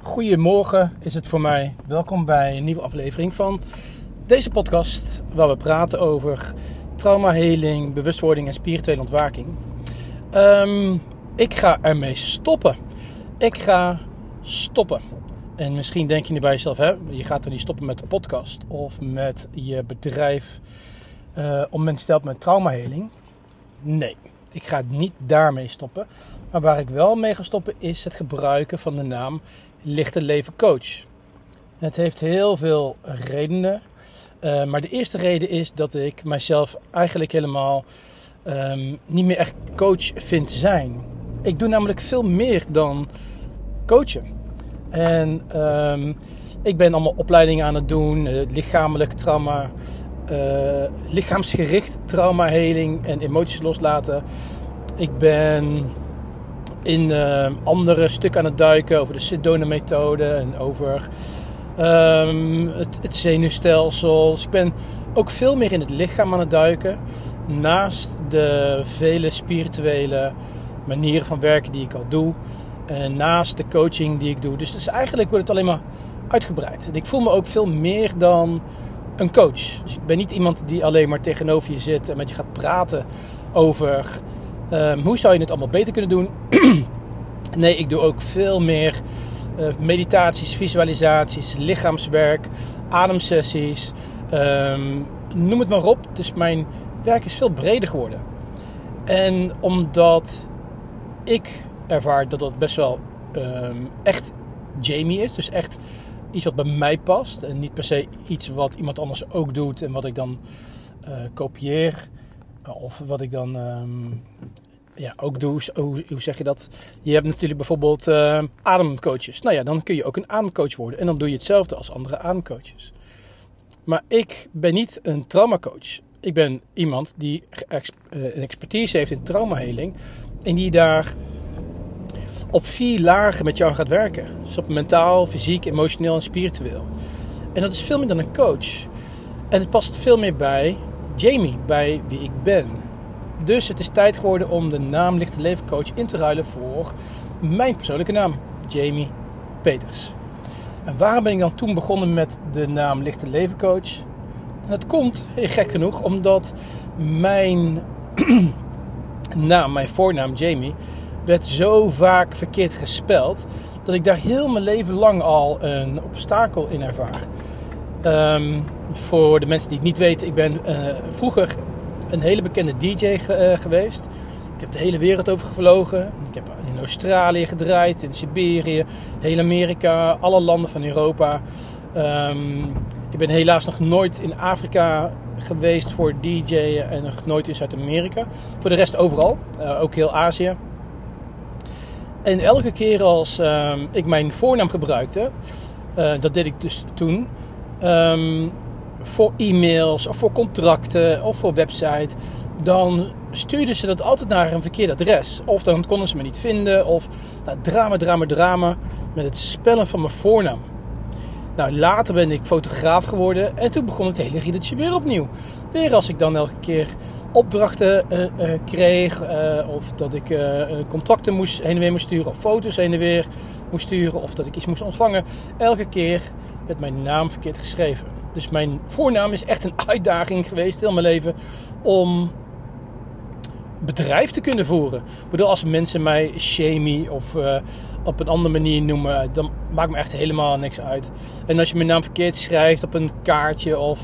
Goedemorgen is het voor mij. Welkom bij een nieuwe aflevering van deze podcast, waar we praten over traumaheling, bewustwording en spirituele ontwaking. Ik ga ermee stoppen. En misschien denk je nu bij jezelf, je gaat er niet stoppen met de podcast of met je bedrijf om mensen te helpen met traumaheling. Nee, ik ga niet daarmee stoppen. Maar waar ik wel mee ga stoppen is het gebruiken van de naam Lichter Leven Coach. Het heeft heel veel redenen. Maar de eerste reden is dat ik mijzelf eigenlijk helemaal niet meer echt coach vind zijn. Ik doe namelijk veel meer dan coachen. En ik ben allemaal opleidingen aan het doen. Lichamelijk trauma, lichaamsgericht traumaheling en emoties loslaten. Ik ben in andere stukken aan het duiken over de Sedona-methode en over het zenuwstelsel. Dus ik ben ook veel meer in het lichaam aan het duiken. Naast de vele spirituele manieren van werken die ik al doe. En naast de coaching die ik doe. Dus eigenlijk wordt het alleen maar uitgebreid. En ik voel me ook veel meer dan een coach. Dus ik ben niet iemand die alleen maar tegenover je zit en met je gaat praten over hoe zou je het allemaal beter kunnen doen. Nee, ik doe ook veel meer meditaties, visualisaties, lichaamswerk, ademsessies. Noem het maar op. Dus mijn werk is veel breder geworden. En omdat ik ervaar dat dat best wel echt Jamie is. Dus echt iets wat bij mij past. En niet per se iets wat iemand anders ook doet. En wat ik dan kopieer. Of wat ik dan ook doe. Hoe zeg je dat? Je hebt natuurlijk bijvoorbeeld ademcoaches. Nou ja, dan kun je ook een ademcoach worden. En dan doe je hetzelfde als andere ademcoaches. Maar ik ben niet een traumacoach. Ik ben iemand die een expertise heeft in traumaheling. En die daar op 4 lagen met jou gaat werken. Dus op mentaal, fysiek, emotioneel en spiritueel. En dat is veel meer dan een coach. En het past veel meer bij Jamie, bij wie ik ben. Dus het is tijd geworden om de naam Lichter Leven Coach in te ruilen voor mijn persoonlijke naam, Jamie Peters. En waarom ben ik dan toen begonnen met de naam Lichter Leven Coach? En dat komt, gek genoeg, omdat mijn naam, mijn voornaam Jamie, werd zo vaak verkeerd gespeld, dat ik daar heel mijn leven lang al een obstakel in ervaar. Voor de mensen die het niet weten, ik ben vroeger een hele bekende DJ geweest. Ik heb de hele wereld over gevlogen. Ik heb in Australië gedraaid, in Siberië, heel Amerika, alle landen van Europa. Ik ben helaas nog nooit in Afrika geweest voor DJ'en en nog nooit in Zuid-Amerika. Voor de rest overal, ook heel Azië. En elke keer als ik mijn voornaam gebruikte, dat deed ik dus toen, voor e-mails of voor contracten of voor website, dan stuurden ze dat altijd naar een verkeerd adres. Of dan konden ze me niet vinden of drama met het spellen van mijn voornaam. Nou, later ben ik fotograaf geworden en toen begon het hele riedeltje weer opnieuw. Weer als ik dan elke keer opdrachten kreeg of dat ik contracten heen en weer moest sturen of foto's heen en weer moest sturen of dat ik iets moest ontvangen. Elke keer werd mijn naam verkeerd geschreven. Dus mijn voornaam is echt een uitdaging geweest heel mijn leven om bedrijf te kunnen voeren. Ik bedoel, als mensen mij Shamie of op een andere manier noemen, dan maakt me echt helemaal niks uit. En als je mijn naam verkeerd schrijft op een kaartje of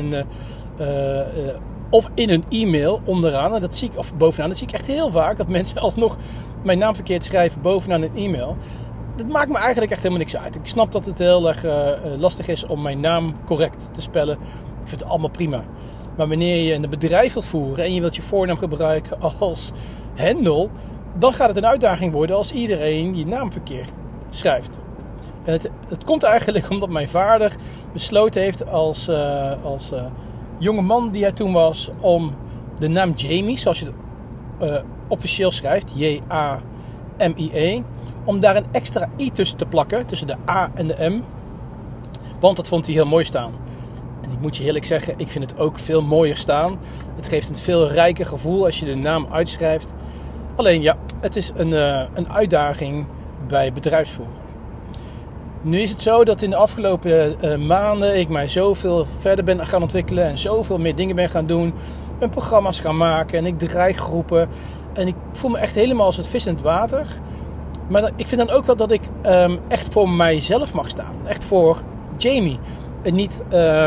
in een e-mail onderaan, en dat zie ik, of bovenaan, dat zie ik echt heel vaak, dat mensen alsnog mijn naam verkeerd schrijven bovenaan een e-mail. Dat maakt me eigenlijk echt helemaal niks uit. Ik snap dat het heel erg lastig is om mijn naam correct te spellen. Ik vind het allemaal prima. Maar wanneer je een bedrijf wilt voeren en je wilt je voornaam gebruiken als hendel, dan gaat het een uitdaging worden als iedereen je naam verkeerd schrijft. En het komt eigenlijk omdat mijn vader besloten heeft als jonge man die hij toen was, om de naam Jamie, zoals je het officieel schrijft, J-A-M-I-E, om daar een extra i tussen te plakken, tussen de A en de M. Want dat vond hij heel mooi staan. En ik moet je eerlijk zeggen, ik vind het ook veel mooier staan. Het geeft een veel rijker gevoel als je de naam uitschrijft. Alleen ja, het is een uitdaging bij bedrijfsvoeren. Nu is het zo dat in de afgelopen maanden ik mij zoveel verder ben gaan ontwikkelen en zoveel meer dingen ben gaan doen. Ben programma's gaan maken en ik draai groepen. En ik voel me echt helemaal als het vis in het water. Maar ik vind dan ook wel dat ik echt voor mijzelf mag staan. Echt voor Jamie. En niet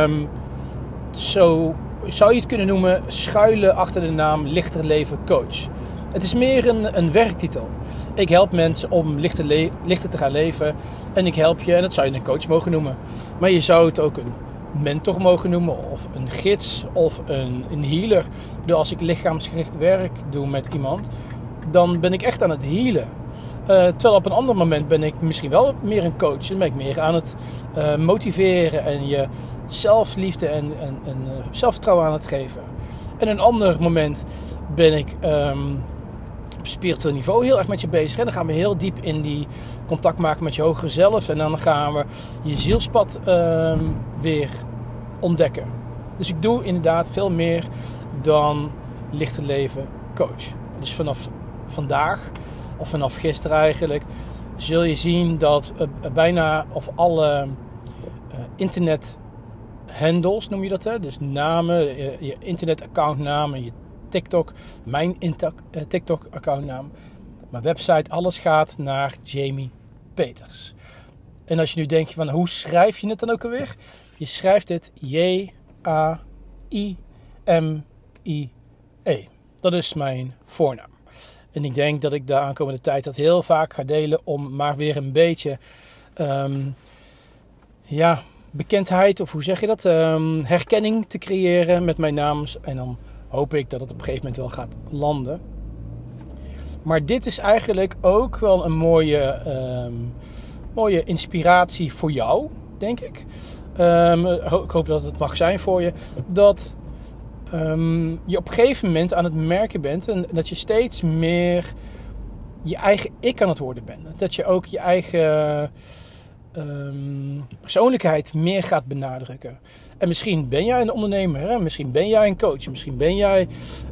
zo zou je het kunnen noemen schuilen achter de naam Lichter Leven Coach. Het is meer een werktitel. Ik help mensen om lichter te gaan leven. En ik help je, en dat zou je een coach mogen noemen. Maar je zou het ook een mentor mogen noemen. Of een gids. Of een healer. Ik bedoel, als ik lichaamsgericht werk doe met iemand, dan ben ik echt aan het healen. Terwijl op een ander moment ben ik misschien wel meer een coach. Dan ben ik meer aan het motiveren en je zelfliefde en zelfvertrouwen aan het geven. En een ander moment ben ik op spiritueel niveau heel erg met je bezig. En dan gaan we heel diep in die contact maken met je hogere zelf. En dan gaan we je zielspad weer ontdekken. Dus ik doe inderdaad veel meer dan lichter leven coach. Dus vanaf vandaag, of vanaf gisteren eigenlijk, zul je zien dat bijna of alle internet handles, noem je dat, hè? Dus namen, je internet accountnamen, je TikTok, mijn TikTok accountnaam, mijn website, alles gaat naar Jamie Peters. En als je nu denkt van hoe schrijf je het dan ook alweer? Je schrijft het J-A-I-M-I-E. Dat is mijn voornaam. En ik denk dat ik de aankomende tijd dat heel vaak ga delen om maar weer een beetje bekendheid, of hoe zeg je dat, herkenning te creëren met mijn naam. En dan hoop ik dat het op een gegeven moment wel gaat landen. Maar dit is eigenlijk ook wel een mooie inspiratie voor jou, denk ik. Ik hoop dat het mag zijn voor je. Dat je op een gegeven moment aan het merken bent en dat je steeds meer je eigen ik aan het worden bent. Dat je ook je eigen persoonlijkheid meer gaat benadrukken. En misschien ben jij een ondernemer, hè? Misschien ben jij een coach, misschien ben jij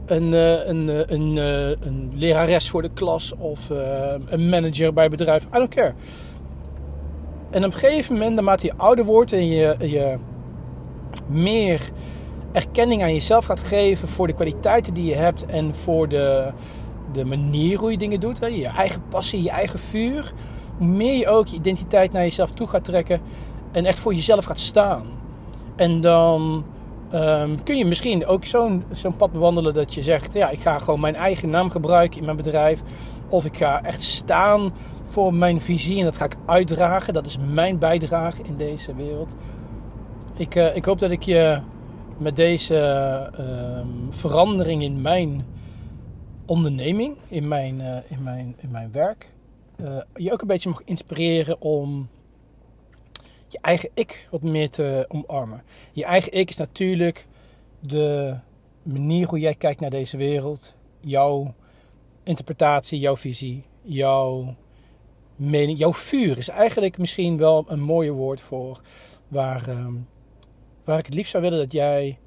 een lerares voor de klas of een manager bij een bedrijf. I don't care. En op een gegeven moment, naarmate je ouder wordt en je meer erkenning aan jezelf gaat geven voor de kwaliteiten die je hebt en voor de manier hoe je dingen doet, hè? Je eigen passie, je eigen vuur, hoe meer je ook je identiteit naar jezelf toe gaat trekken en echt voor jezelf gaat staan. En dan kun je misschien ook zo'n pad bewandelen dat je zegt, ja, ik ga gewoon mijn eigen naam gebruiken in mijn bedrijf. Of ik ga echt staan voor mijn visie en dat ga ik uitdragen. Dat is mijn bijdrage in deze wereld. Ik hoop dat ik je met deze verandering in mijn onderneming, in mijn werk, je ook een beetje mag inspireren om je eigen ik wat meer te omarmen. Je eigen ik is natuurlijk de manier hoe jij kijkt naar deze wereld. Jouw interpretatie, jouw visie, jouw mening, jouw vuur is eigenlijk misschien wel een mooie woord voor waar ik het liefst zou willen dat jij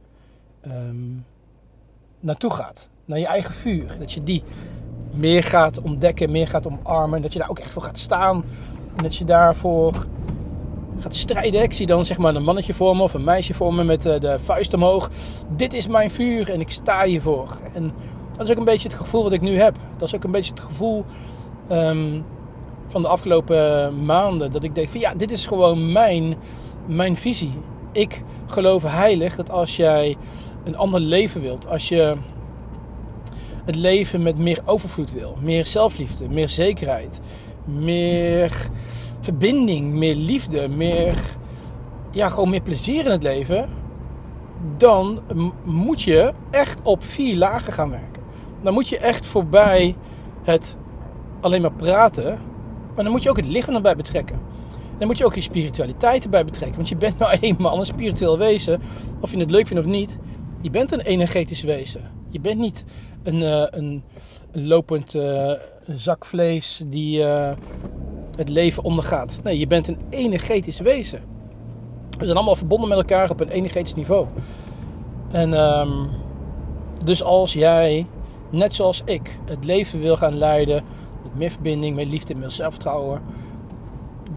naartoe gaat. Naar je eigen vuur. Dat je die meer gaat ontdekken, meer gaat omarmen. Dat je daar ook echt voor gaat staan. En dat je daarvoor gaat strijden. Ik zie dan zeg maar een mannetje voor me of een meisje voor me met de vuist omhoog. Dit is mijn vuur en ik sta hiervoor. En dat is ook een beetje het gevoel wat ik nu heb. Dat is ook een beetje het gevoel van de afgelopen maanden. Dat ik denk van ja, dit is gewoon mijn visie. Ik geloof heilig dat als jij een ander leven wilt, als je het leven met meer overvloed wil, meer zelfliefde, meer zekerheid, meer verbinding, meer liefde, gewoon meer plezier in het leven, dan moet je echt op 4 lagen gaan werken. Dan moet je echt voorbij het alleen maar praten, maar dan moet je ook het lichaam erbij betrekken. Dan moet je ook je spiritualiteit erbij betrekken, want je bent nou eenmaal een spiritueel wezen, of je het leuk vindt of niet. Je bent een energetisch wezen. Je bent niet een lopend zak vlees die het leven ondergaat. Nee, je bent een energetisch wezen. We zijn allemaal verbonden met elkaar op een energetisch niveau. En dus als jij, net zoals ik, het leven wil gaan leiden met meer verbinding, meer liefde, meer zelfvertrouwen,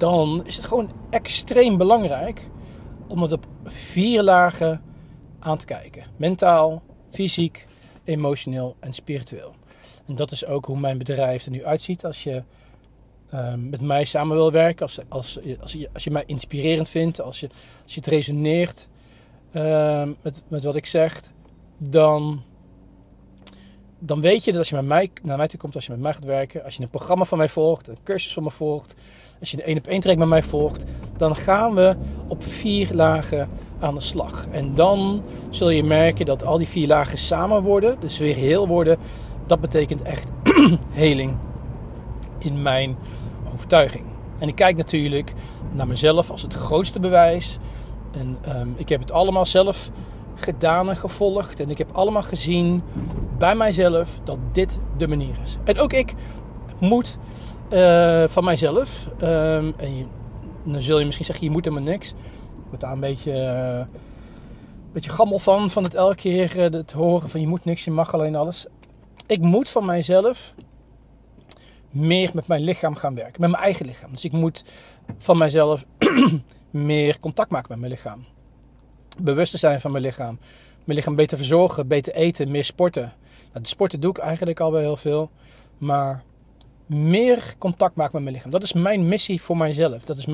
dan is het gewoon extreem belangrijk om het op 4 lagen aan te kijken. Mentaal, fysiek, emotioneel en spiritueel. En dat is ook hoe mijn bedrijf er nu uitziet. Als je met mij samen wil werken, als je mij inspirerend vindt, als je het resoneert met wat ik zeg, dan weet je dat als je naar mij toe komt, als je met mij gaat werken, als je een programma van mij volgt, een cursus van me volgt, als je de 1-op-1 traject met mij volgt, dan gaan we op 4 lagen aan de slag. En dan zul je merken dat al die 4 lagen samen worden, dus weer heel worden. Dat betekent echt heling in mijn overtuiging. En ik kijk natuurlijk naar mezelf als het grootste bewijs. En ik heb het allemaal zelf gedaan en gevolgd. En ik heb allemaal gezien bij mijzelf dat dit de manier is. En ook ik moet van mijzelf. En dan zul je misschien zeggen, je moet helemaal niks. Ik word daar een beetje gammel van het elke keer het horen van je moet niks, je mag alleen alles. Ik moet van mijzelf meer met mijn lichaam gaan werken. Met mijn eigen lichaam. Dus ik moet van mijzelf meer contact maken met mijn lichaam. Bewuster zijn van mijn lichaam. Mijn lichaam beter verzorgen, beter eten, meer sporten. Nou, de sporten doe ik eigenlijk al wel heel veel. Maar meer contact maken met mijn lichaam. Dat is mijn missie voor mijzelf. Dat is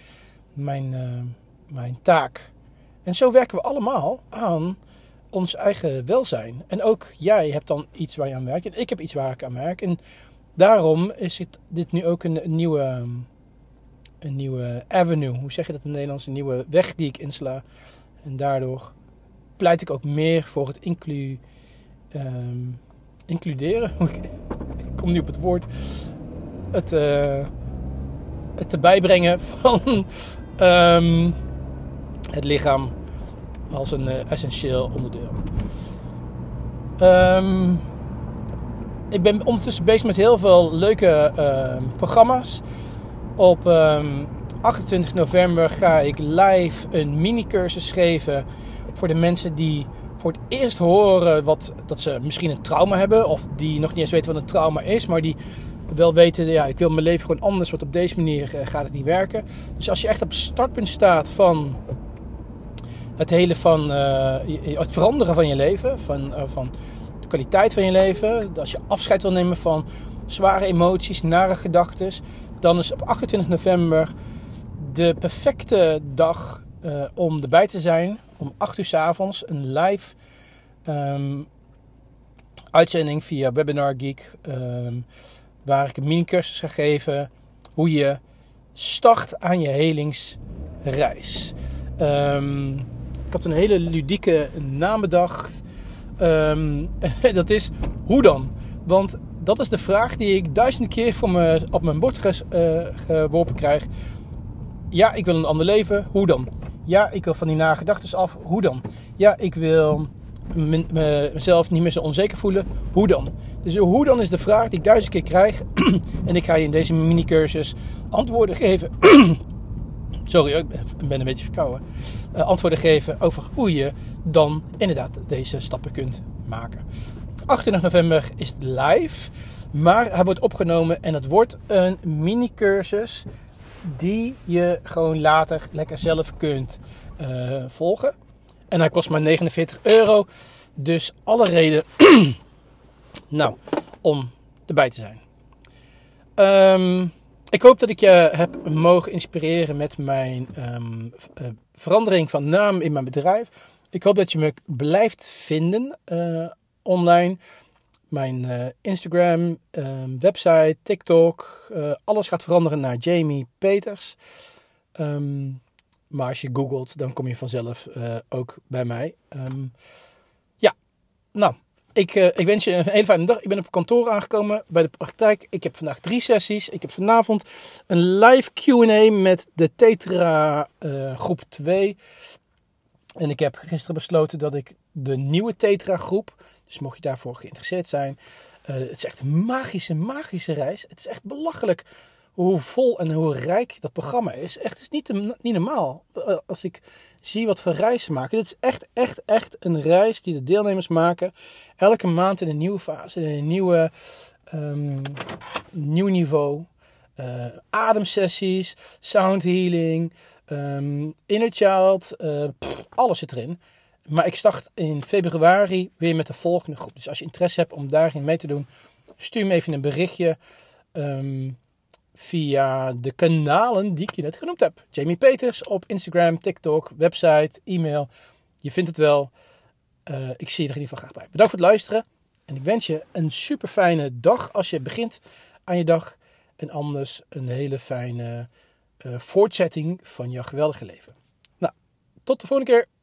mijn taak. En zo werken we allemaal aan ons eigen welzijn. En ook jij hebt dan iets waar je aan werkt. En ik heb iets waar ik aan werk. En daarom is dit nu ook een nieuwe avenue. Hoe zeg je dat in het Nederlands? Een nieuwe weg die ik insla. En daardoor pleit ik ook meer voor het includeren. Ik kom nu op het woord. Het erbij brengen van het lichaam als een essentieel onderdeel. Ik ben ondertussen bezig met heel veel leuke programma's. Op 28 november ga ik live een mini-cursus geven voor de mensen die voor het eerst horen dat ze misschien een trauma hebben. Of die nog niet eens weten wat een trauma is, maar die wel weten, ja, ik wil mijn leven gewoon anders, want op deze manier gaat het niet werken. Dus als je echt op het startpunt staat van het hele van het veranderen van je leven, van de kwaliteit van je leven, als je afscheid wil nemen van zware emoties, nare gedachten, dan is op 28 november de perfecte dag om erbij te zijn. Om 8 uur 's avonds een live uitzending via Webinar Geek, waar ik een mini-cursus ga geven hoe je start aan je helingsreis. Ik had een hele ludieke naam bedacht. Dat is hoe dan? Want dat is de vraag die ik 1000 keer op mijn bord geworpen krijg. Ja, ik wil een ander leven. Hoe dan? Ja, ik wil van die nare gedachten af. Hoe dan? Ja, ik wil mezelf niet meer zo onzeker voelen. Hoe dan? Dus hoe dan is de vraag die ik 1000 keer krijg. En ik ga je in deze mini-cursus antwoorden geven. Sorry, ik ben een beetje verkouden. Antwoorden geven over hoe je dan inderdaad deze stappen kunt maken. 28 november is het live. Maar hij wordt opgenomen en het wordt een mini-cursus die je gewoon later lekker zelf kunt volgen. En hij kost maar €49. Dus alle reden om erbij te zijn. Ik hoop dat ik je heb mogen inspireren met mijn verandering van naam in mijn bedrijf. Ik hoop dat je me blijft vinden online. Mijn Instagram, website, TikTok. Alles gaat veranderen naar Jamie Peters. Maar als je googelt, dan kom je vanzelf ook bij mij. Ik wens je een hele fijne dag. Ik ben op kantoor aangekomen bij de praktijk. Ik heb vandaag 3 sessies. Ik heb vanavond een live Q&A met de Tetra groep 2. En ik heb gisteren besloten dat ik de nieuwe Tetra groep, dus mocht je daarvoor geïnteresseerd zijn. Het is echt een magische reis. Het is echt belachelijk hoe vol en hoe rijk dat programma is. Echt, het is niet normaal. Als ik zie wat voor reis ze maken. Dit is echt een reis die de deelnemers maken. Elke maand in een nieuwe fase, in een nieuw niveau. ademsessies, sound healing, inner child, alles zit erin. Maar ik start in februari weer met de volgende groep. Dus als je interesse hebt om daarin mee te doen, stuur me even een berichtje via de kanalen die ik je net genoemd heb. Jamie Peters op Instagram, TikTok, website, e-mail. Je vindt het wel. Ik zie je er in ieder geval graag bij. Bedankt voor het luisteren. En ik wens je een super fijne dag als je begint aan je dag. En anders een hele fijne voortzetting van jouw geweldige leven. Nou, tot de volgende keer.